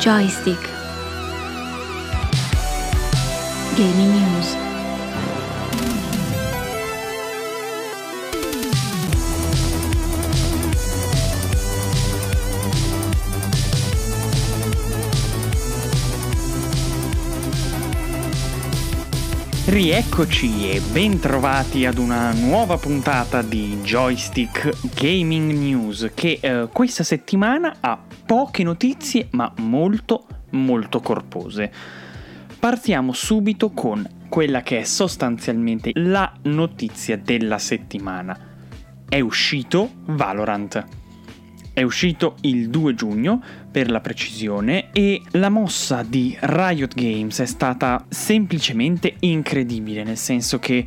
Joystick Gaming News. Rieccoci e ben trovati ad una nuova puntata di Joystick Gaming News che questa settimana ha poche notizie ma molto corpose. Partiamo subito con quella che è sostanzialmente la notizia della settimana. È uscito Valorant. È uscito il 2 giugno, per la precisione, e la mossa di Riot Games è stata semplicemente incredibile, nel senso che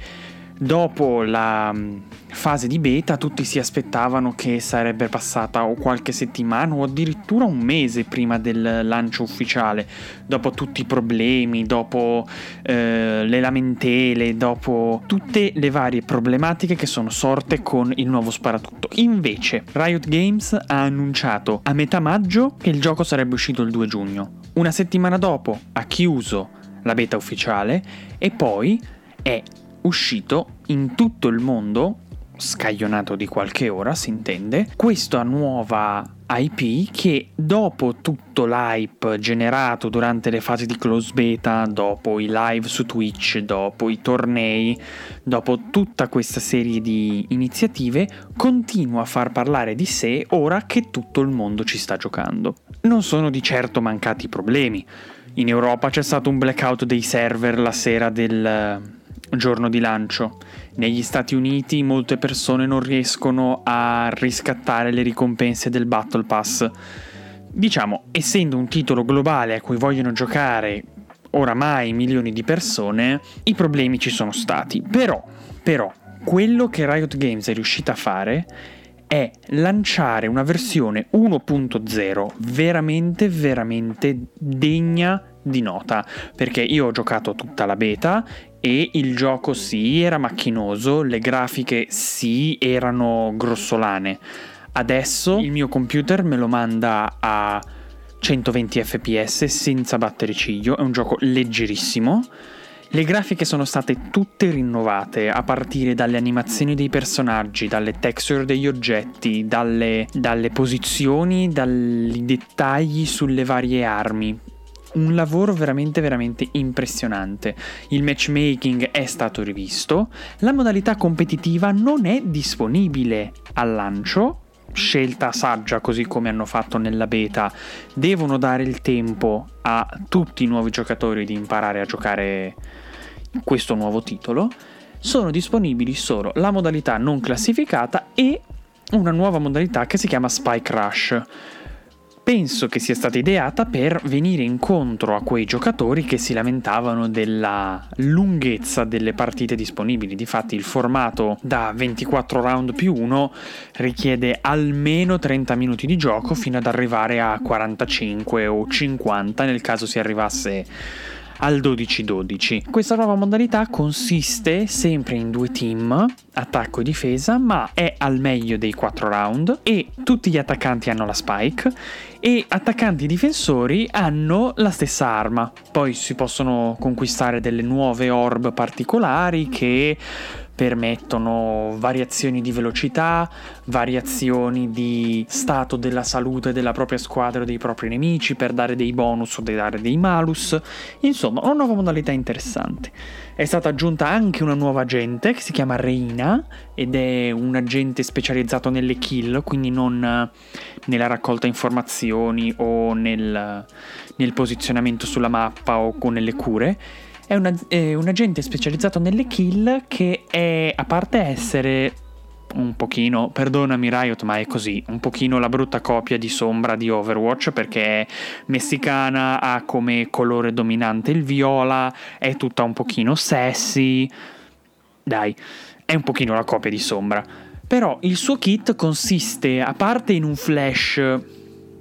dopo la fase di beta tutti si aspettavano che sarebbe passata o qualche settimana o addirittura un mese prima del lancio ufficiale, dopo tutti i problemi, dopo le lamentele, dopo tutte le varie problematiche che sono sorte con il nuovo sparatutto. Invece Riot Games ha annunciato a metà maggio che il gioco sarebbe uscito il 2 giugno. Una settimana dopo ha chiuso la beta ufficiale e poi è uscito in tutto il mondo, scaglionato di qualche ora si intende, questa nuova IP che dopo tutto l'hype generato durante le fasi di close beta, dopo i live su Twitch, dopo i tornei, dopo tutta questa serie di iniziative, continua a far parlare di sé ora che tutto il mondo ci sta giocando. Non sono di certo mancati problemi. In Europa c'è stato un blackout dei server la sera del giorno di lancio. Negli Stati Uniti molte persone non riescono a riscattare le ricompense del Battle Pass. Diciamo, essendo un titolo globale a cui vogliono giocare oramai milioni di persone, i problemi ci sono stati. Però, quello che Riot Games è riuscita a fare è lanciare una versione 1.0 veramente degna di nota, perché io ho giocato tutta la beta e il gioco sì era macchinoso, le grafiche sì erano grossolane. Adesso il mio computer me lo manda a 120 fps senza battericiglio, è un gioco leggerissimo. Le grafiche sono state tutte rinnovate, a partire dalle animazioni dei personaggi, dalle texture degli oggetti, dalle posizioni, dai dettagli sulle varie armi. Un lavoro veramente impressionante. Il matchmaking è stato rivisto, la modalità competitiva non è disponibile al lancio, scelta saggia così come hanno fatto nella beta. Devono dare il tempo a tutti i nuovi giocatori di imparare a giocare questo nuovo titolo. Sono disponibili solo la modalità non classificata e una nuova modalità che si chiama Spike Rush. Penso che sia stata ideata per venire incontro a quei giocatori che si lamentavano della lunghezza delle partite disponibili. Difatti il formato da 24 round più 1 richiede almeno 30 minuti di gioco fino ad arrivare a 45 o 50 nel caso si arrivasse al 12-12. Questa nuova modalità consiste sempre in 2 team, attacco e difesa, ma è al meglio dei 4 round e tutti gli attaccanti hanno la spike e attaccanti e difensori hanno la stessa arma. Poi si possono conquistare delle nuove orb particolari che permettono variazioni di velocità, variazioni di stato della salute della propria squadra o dei propri nemici per dare dei bonus o dare dei malus. Insomma, una nuova modalità interessante. È stata aggiunta anche una nuova agente che si chiama Reina ed è un agente specializzato nelle kill, quindi non nella raccolta informazioni o nel posizionamento sulla mappa o nelle cure. È un agente specializzato nelle kill che è, a parte essere un pochino, perdonami Riot ma è così, un pochino la brutta copia di Sombra di Overwatch, perché è messicana, ha come colore dominante il viola, è tutta un pochino sassy, dai, è un pochino la copia di Sombra. Però il suo kit consiste, a parte in un flash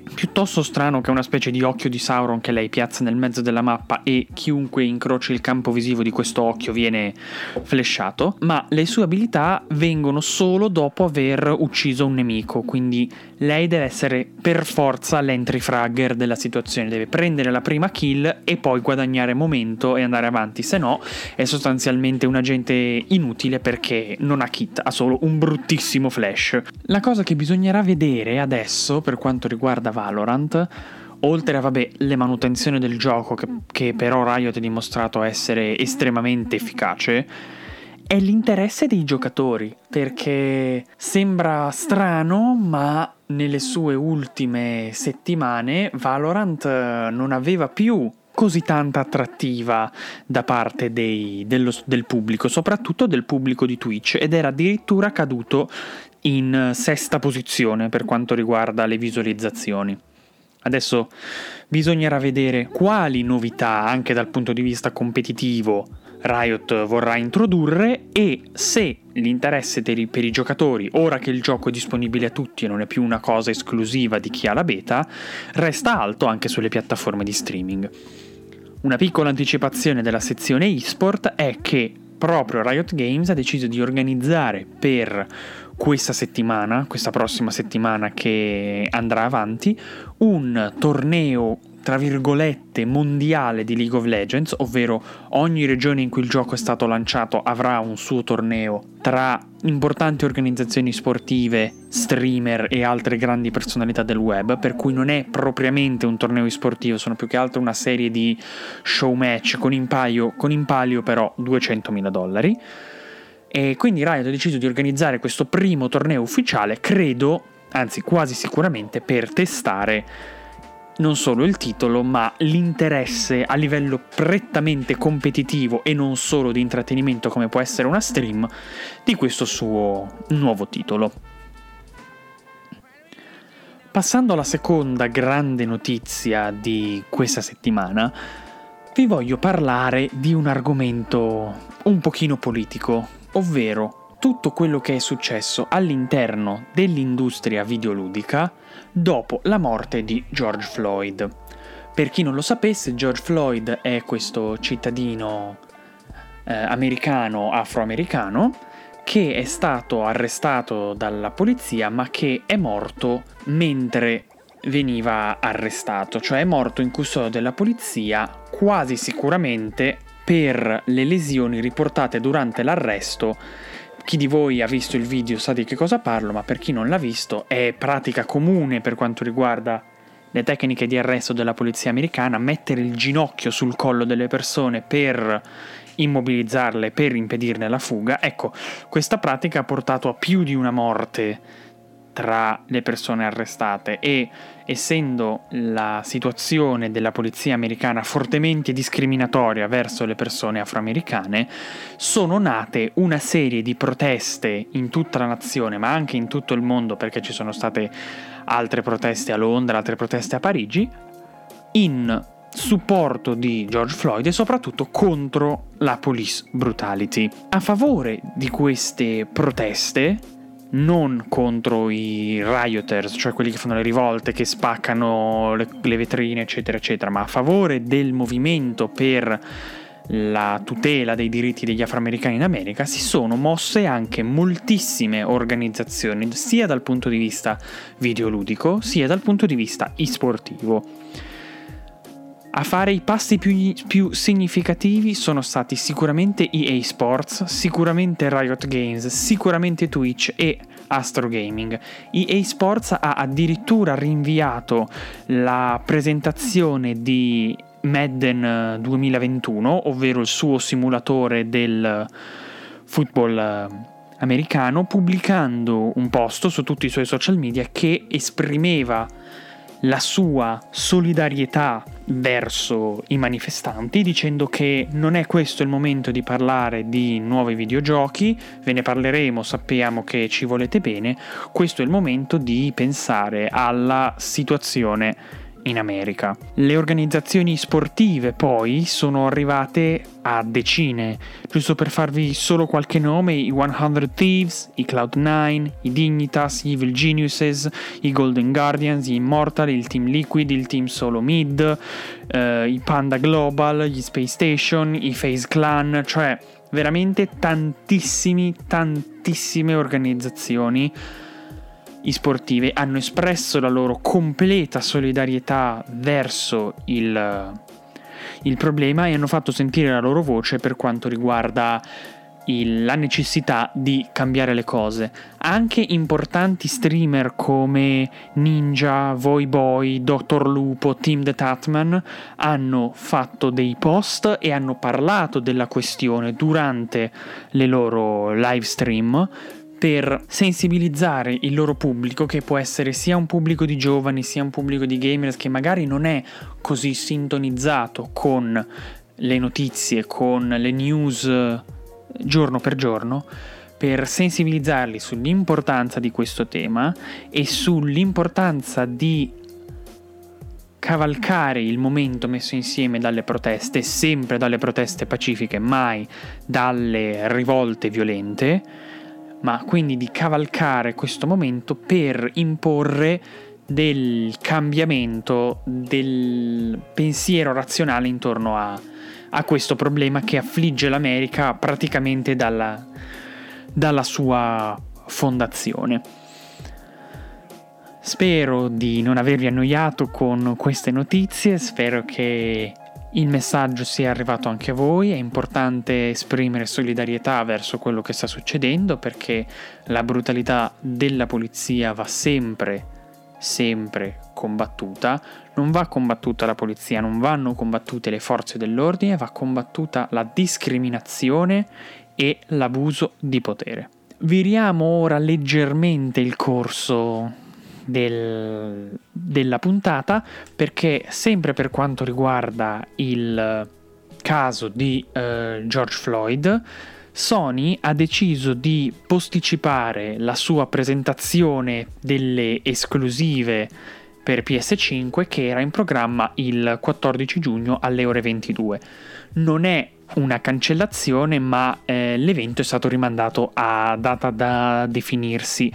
piuttosto strano che è una specie di occhio di Sauron che lei piazza nel mezzo della mappa e chiunque incroci il campo visivo di questo occhio viene flashato, ma le sue abilità vengono solo dopo aver ucciso un nemico, quindi lei deve essere per forza l'entry fragger della situazione, deve prendere la prima kill e poi guadagnare momento e andare avanti, se no è sostanzialmente un agente inutile perché non ha kit, ha solo un bruttissimo flash. La cosa che bisognerà vedere adesso per quanto riguarda Valorant, oltre a le manutenzioni del gioco che però Riot ha dimostrato essere estremamente efficace, è l'interesse dei giocatori, perché sembra strano ma nelle sue ultime settimane Valorant non aveva più così tanta attrattiva da parte del pubblico, soprattutto del pubblico di Twitch, ed era addirittura caduto in 6ª posizione per quanto riguarda le visualizzazioni. Adesso bisognerà vedere quali novità anche dal punto di vista competitivo Riot vorrà introdurre e se l'interesse per i giocatori, ora che il gioco è disponibile a tutti e non è più una cosa esclusiva di chi ha la beta, resta alto anche sulle piattaforme di streaming. Una piccola anticipazione della sezione eSport è che proprio Riot Games ha deciso di organizzare per questa prossima settimana che andrà avanti, un torneo tra virgolette mondiale di League of Legends, ovvero ogni regione in cui il gioco è stato lanciato avrà un suo torneo tra importanti organizzazioni sportive, streamer e altre grandi personalità del web, per cui non è propriamente un torneo sportivo, sono più che altro una serie di show match con in palio però $200.000. E quindi Riot ha deciso di organizzare questo primo torneo ufficiale, credo, anzi quasi sicuramente, per testare non solo il titolo, ma l'interesse a livello prettamente competitivo e non solo di intrattenimento come può essere una stream di questo suo nuovo titolo. Passando alla seconda grande notizia di questa settimana, vi voglio parlare di un argomento un pochino politico, ovvero tutto quello che è successo all'interno dell'industria videoludica dopo la morte di George Floyd. Per chi non lo sapesse, George Floyd è questo cittadino afroamericano che è stato arrestato dalla polizia ma che è morto mentre veniva arrestato, cioè è morto in custodia della polizia quasi sicuramente per le lesioni riportate durante l'arresto. Chi di voi ha visto il video sa di che cosa parlo, ma per chi non l'ha visto è pratica comune per quanto riguarda le tecniche di arresto della polizia americana mettere il ginocchio sul collo delle persone per immobilizzarle, per impedirne la fuga. Ecco, questa pratica ha portato a più di una morte tra le persone arrestate e, essendo la situazione della polizia americana fortemente discriminatoria verso le persone afroamericane, sono nate una serie di proteste in tutta la nazione, ma anche in tutto il mondo, perché ci sono state altre proteste a Londra, altre proteste a Parigi, in supporto di George Floyd e soprattutto contro la police brutality. A favore di queste proteste, non contro i rioters, cioè quelli che fanno le rivolte, che spaccano le vetrine eccetera eccetera, ma a favore del movimento per la tutela dei diritti degli afroamericani in America, si sono mosse anche moltissime organizzazioni, sia dal punto di vista videoludico sia dal punto di vista e-sportivo. A fare i passi più significativi sono stati sicuramente EA Sports, sicuramente Riot Games, sicuramente Twitch e Astro Gaming. EA Sports ha addirittura rinviato la presentazione di Madden 2021, ovvero il suo simulatore del football americano, pubblicando un post su tutti i suoi social media che esprimeva la sua solidarietà verso i manifestanti, dicendo che non è questo il momento di parlare di nuovi videogiochi, ve ne parleremo, sappiamo che ci volete bene, questo è il momento di pensare alla situazione in America. Le organizzazioni sportive poi sono arrivate a decine, giusto per farvi solo qualche nome: i 100 Thieves, i Cloud9, i Dignitas, gli Evil Geniuses, i Golden Guardians, gli Immortal, il Team Liquid, il Team Solo Mid, i Panda Global, gli Space Station, i FaZe Clan, cioè veramente tantissime organizzazioni sportive hanno espresso la loro completa solidarietà verso il problema e hanno fatto sentire la loro voce per quanto riguarda la necessità di cambiare le cose. Anche importanti streamer come Ninja, Voyboy, Dr. Lupo, Team the Tatman hanno fatto dei post e hanno parlato della questione durante le loro live stream per sensibilizzare il loro pubblico, che può essere sia un pubblico di giovani sia un pubblico di gamers che magari non è così sintonizzato con le notizie, con le news giorno per giorno, per sensibilizzarli sull'importanza di questo tema e sull'importanza di cavalcare il momento messo insieme dalle proteste, sempre dalle proteste pacifiche, mai dalle rivolte violente, ma quindi di cavalcare questo momento per imporre del cambiamento del pensiero razionale intorno a questo problema che affligge l'America praticamente dalla sua fondazione. Spero di non avervi annoiato con queste notizie, spero che il messaggio sia arrivato anche a voi. È importante esprimere solidarietà verso quello che sta succedendo, perché la brutalità della polizia va sempre combattuta. Non va combattuta la polizia, non vanno combattute le forze dell'ordine, va combattuta la discriminazione e l'abuso di potere. Viriamo ora leggermente il corso della puntata, perché sempre per quanto riguarda il caso di George Floyd, Sony ha deciso di posticipare la sua presentazione delle esclusive per PS5, che era in programma il 14 giugno alle ore 22. Non è una cancellazione, ma l'evento è stato rimandato a data da definirsi.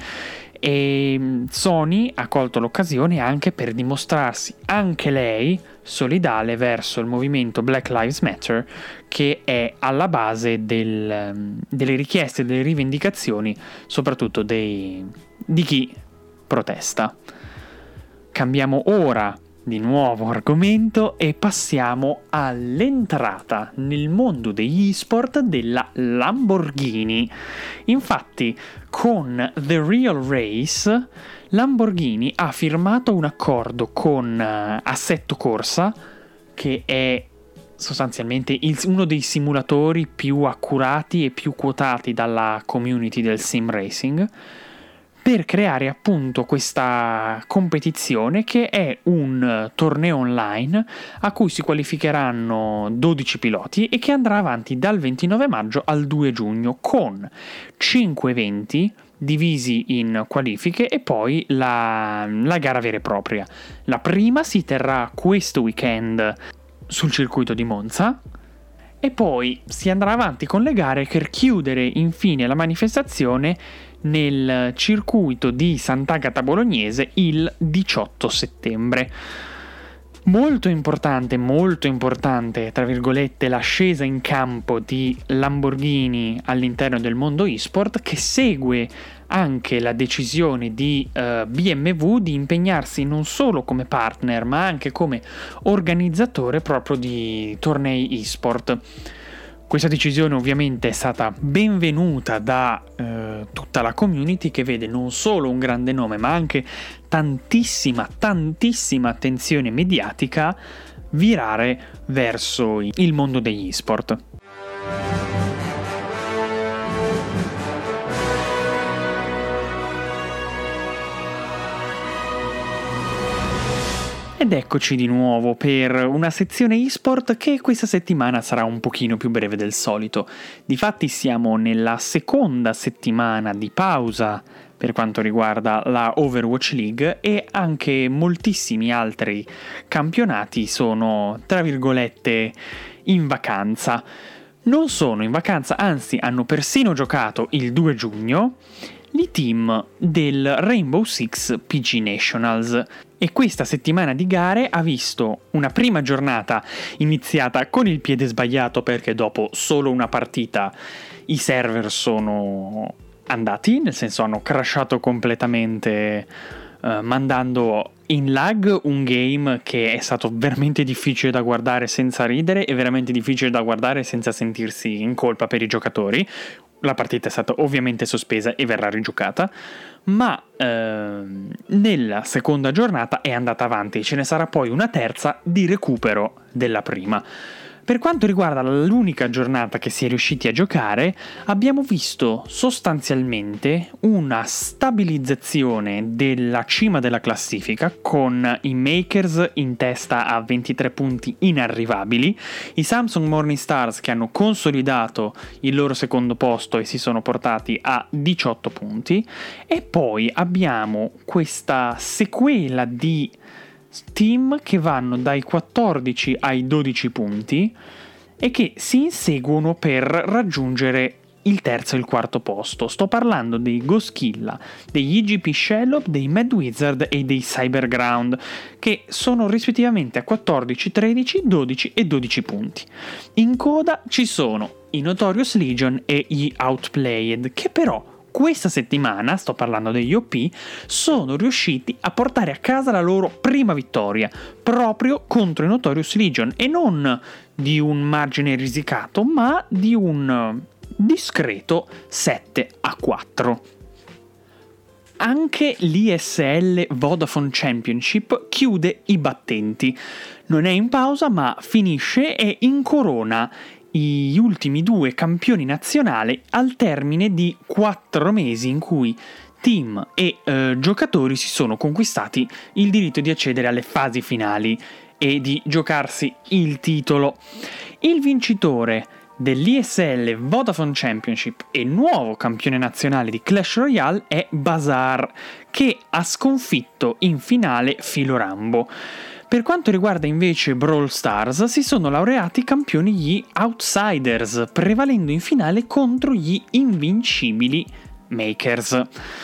E Sony ha colto l'occasione anche per dimostrarsi anche lei solidale verso il movimento Black Lives Matter, che è alla base delle richieste e delle rivendicazioni, soprattutto di chi protesta. Cambiamo ora di nuovo argomento e passiamo all'entrata nel mondo degli e-sport della Lamborghini. Infatti, con The Real Race, Lamborghini ha firmato un accordo con Assetto Corsa, che è sostanzialmente uno dei simulatori più accurati e più quotati dalla community del sim racing, per creare appunto questa competizione, che è un torneo online a cui si qualificheranno 12 piloti e che andrà avanti dal 29 maggio al 2 giugno con 5 eventi divisi in qualifiche e poi la gara vera e propria. La prima si terrà questo weekend sul circuito di Monza e poi si andrà avanti con le gare per chiudere infine la manifestazione nel circuito di Sant'Agata Bolognese il 18 settembre. Molto importante, tra virgolette, l'ascesa in campo di Lamborghini all'interno del mondo e-sport, che segue anche la decisione di BMW di impegnarsi non solo come partner ma anche come organizzatore proprio di tornei e-sport. Questa decisione ovviamente è stata benvenuta da tutta la community, che vede non solo un grande nome ma anche tantissima attenzione mediatica virare verso il mondo degli e-sport. Ed eccoci di nuovo per una sezione e-sport che questa settimana sarà un pochino più breve del solito. Difatti siamo nella seconda settimana di pausa per quanto riguarda la Overwatch League, e anche moltissimi altri campionati sono, tra virgolette, in vacanza. Non sono in vacanza, anzi hanno persino giocato il 2 giugno i team del Rainbow Six PG Nationals, e questa settimana di gare ha visto una prima giornata iniziata con il piede sbagliato, perché dopo solo una partita i server sono andati, nel senso hanno crashato completamente, mandando in lag un game che è stato veramente difficile da guardare senza ridere e veramente difficile da guardare senza sentirsi in colpa per i giocatori. La partita è stata ovviamente sospesa e verrà rigiocata, ma nella seconda giornata è andata avanti, ce ne sarà poi una terza di recupero della prima. Per quanto riguarda l'unica giornata che si è riusciti a giocare, abbiamo visto sostanzialmente una stabilizzazione della cima della classifica, con i Makers in testa a 23 punti inarrivabili, i Samsung Morning Stars che hanno consolidato il loro secondo posto e si sono portati a 18 punti, e poi abbiamo questa sequela di team che vanno dai 14 ai 12 punti e che si inseguono per raggiungere il terzo e il quarto posto. Sto parlando dei Ghoskilla, degli IGP Shelop, dei Mad Wizard e dei Cyberground, che sono rispettivamente a 14, 13, 12 e 12 punti. In coda ci sono i Notorious Legion e gli Outplayed, che però questa settimana, sto parlando degli OP, sono riusciti a portare a casa la loro prima vittoria proprio contro i Notorious Legion, e non di un margine risicato, ma di un discreto 7-4. Anche l'ISL Vodafone Championship chiude i battenti. Non è in pausa, ma finisce e incorona gli ultimi due campioni nazionali al termine di 4 mesi in cui team e giocatori si sono conquistati il diritto di accedere alle fasi finali e di giocarsi il titolo. Il vincitore dell'ISL Vodafone Championship e nuovo campione nazionale di Clash Royale è Bazaar, che ha sconfitto in finale Filorambo. Per quanto riguarda invece Brawl Stars, si sono laureati campioni gli Outsiders, prevalendo in finale contro gli invincibili Makers.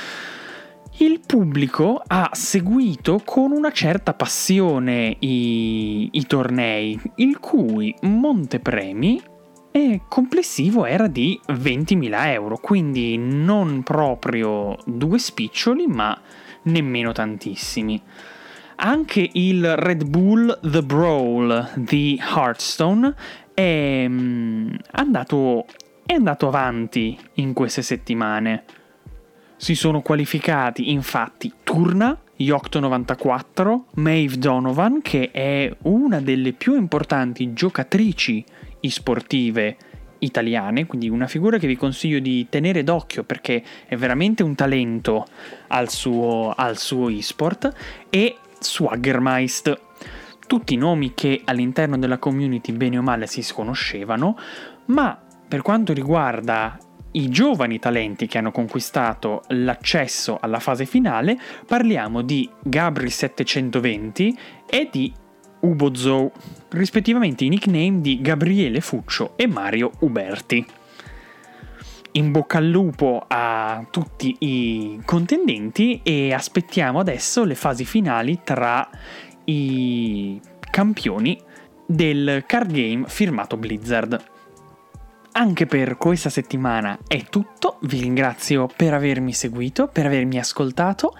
Il pubblico ha seguito con una certa passione i tornei, il cui montepremi complessivo era di 20.000 euro, quindi non proprio due spiccioli, ma nemmeno tantissimi. Anche il Red Bull The Brawl di Hearthstone è andato avanti in queste settimane. Si sono qualificati infatti Turna, Yocto94, Maeve Donovan, che è una delle più importanti giocatrici e-sportive italiane, quindi una figura che vi consiglio di tenere d'occhio perché è veramente un talento al suo e-sport, e Swaggermeist, tutti nomi che all'interno della community bene o male si conoscevano, ma per quanto riguarda i giovani talenti che hanno conquistato l'accesso alla fase finale, parliamo di Gabri720 e di Ubozo, rispettivamente i nickname di Gabriele Fuccio e Mario Uberti. In bocca al lupo a tutti i contendenti e aspettiamo adesso le fasi finali tra i campioni del card game firmato Blizzard. Anche per questa settimana è tutto, vi ringrazio per avermi seguito, per avermi ascoltato.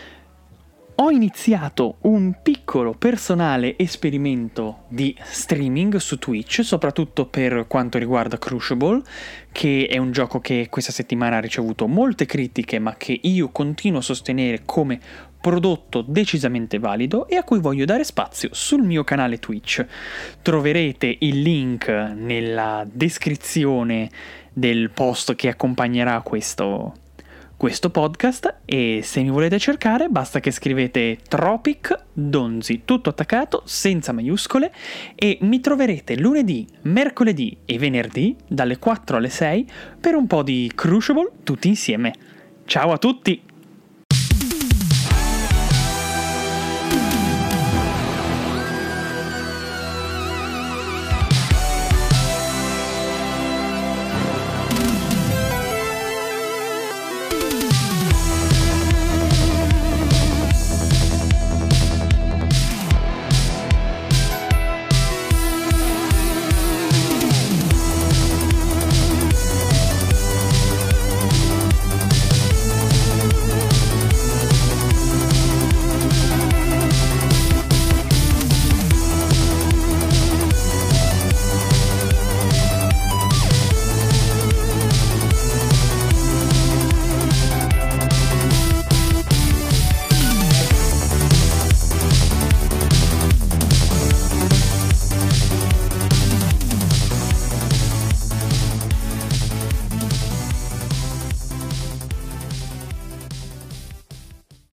Ho iniziato un piccolo personale esperimento di streaming su Twitch, soprattutto per quanto riguarda Crucible, che è un gioco che questa settimana ha ricevuto molte critiche, ma che io continuo a sostenere come prodotto decisamente valido e a cui voglio dare spazio sul mio canale Twitch. Troverete il link nella descrizione del post che accompagnerà questo podcast, e se mi volete cercare basta che scrivete Tropic Donzi, tutto attaccato senza maiuscole, e mi troverete lunedì, mercoledì e venerdì dalle 4 alle 6 per un po' di Crucible tutti insieme. Ciao a tutti!